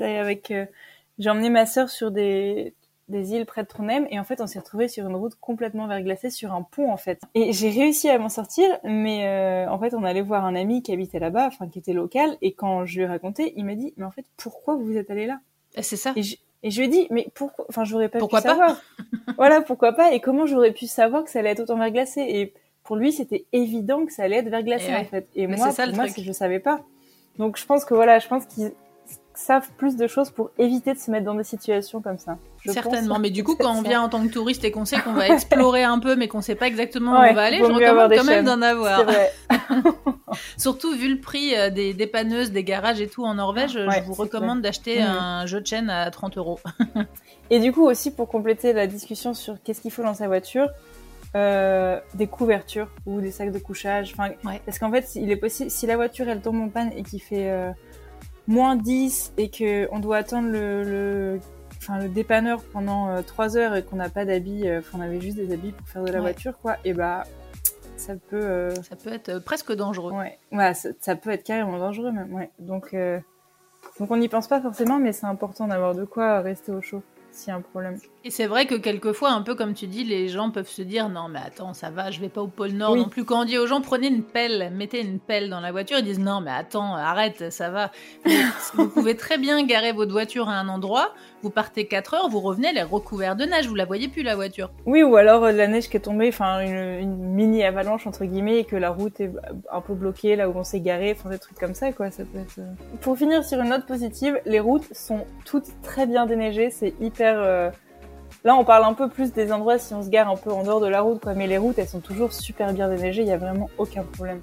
j'ai emmené ma sœur sur des îles près de Trondheim et en fait, on s'est retrouvés sur une route complètement verglacée sur un pont, en fait. Et j'ai réussi à m'en sortir, mais en fait, on allait voir un ami qui habitait là-bas, enfin, qui était local, et quand je lui ai raconté, il m'a dit, mais en fait, pourquoi vous êtes allé là? C'est ça. Et je lui ai dit, mais pourquoi, enfin, j'aurais pas pu savoir. Voilà, pourquoi pas, et comment j'aurais pu savoir que ça allait être autant verglacé? Et pour lui, c'était évident que ça allait être verglacé, en fait. Et moi, je savais pas. Donc je pense que savent plus de choses pour éviter de se mettre dans des situations comme ça. Certainement, mais du coup, quand on vient en tant que touriste et qu'on sait qu'on va explorer un peu, mais qu'on sait pas exactement où on va aller, je recommande quand même d'en avoir. C'est vrai. Surtout vu le prix des dépanneuses, des garages et tout en Norvège, je vous recommande d'acheter un jeu de chaîne à 30 €. Et du coup aussi, pour compléter la discussion sur qu'est-ce qu'il faut dans sa voiture, des couvertures ou des sacs de couchage. Parce qu'en fait, il est possible, si la voiture elle tombe en panne et qu'il fait moins 10 et qu'on doit attendre le dépanneur pendant 3 heures et qu'on n'a pas d'habits, on avait juste des habits pour faire de la voiture, quoi, et bah ça peut être presque dangereux. Ça peut être carrément dangereux même. Donc on n'y pense pas forcément, mais c'est important d'avoir de quoi rester au chaud s'il y a un problème. Et c'est vrai que quelquefois, un peu comme tu dis, les gens peuvent se dire non mais attends, ça va, je vais pas au pôle Nord non plus. Quand on dit aux gens prenez une pelle, mettez une pelle dans la voiture, ils disent non mais attends, arrête, ça va. Vous pouvez très bien garer votre voiture à un endroit, vous partez 4 heures, vous revenez, elle est recouverte de neige, vous la voyez plus la voiture. Oui, ou alors de la neige qui est tombée, une mini avalanche entre guillemets, et que la route est un peu bloquée là où on s'est garé, des trucs comme ça, quoi. Ça peut être... Pour finir sur une note positive, les routes sont toutes très bien déneigées, c'est hyper... Là, on parle un peu plus des endroits si on se gare un peu en dehors de la route, quoi. Mais les routes, elles sont toujours super bien déneigées, il y a vraiment aucun problème.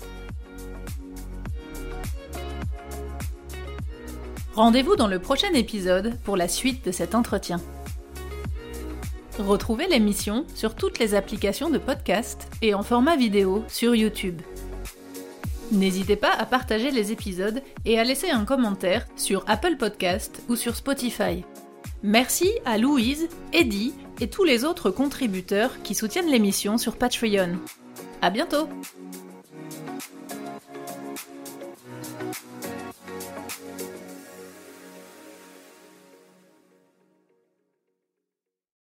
Rendez-vous dans le prochain épisode pour la suite de cet entretien. Retrouvez l'émission sur toutes les applications de podcast et en format vidéo sur YouTube. N'hésitez pas à partager les épisodes et à laisser un commentaire sur Apple Podcast ou sur Spotify. Merci à Louise, Eddie et tous les autres contributeurs qui soutiennent l'émission sur Patreon. À bientôt!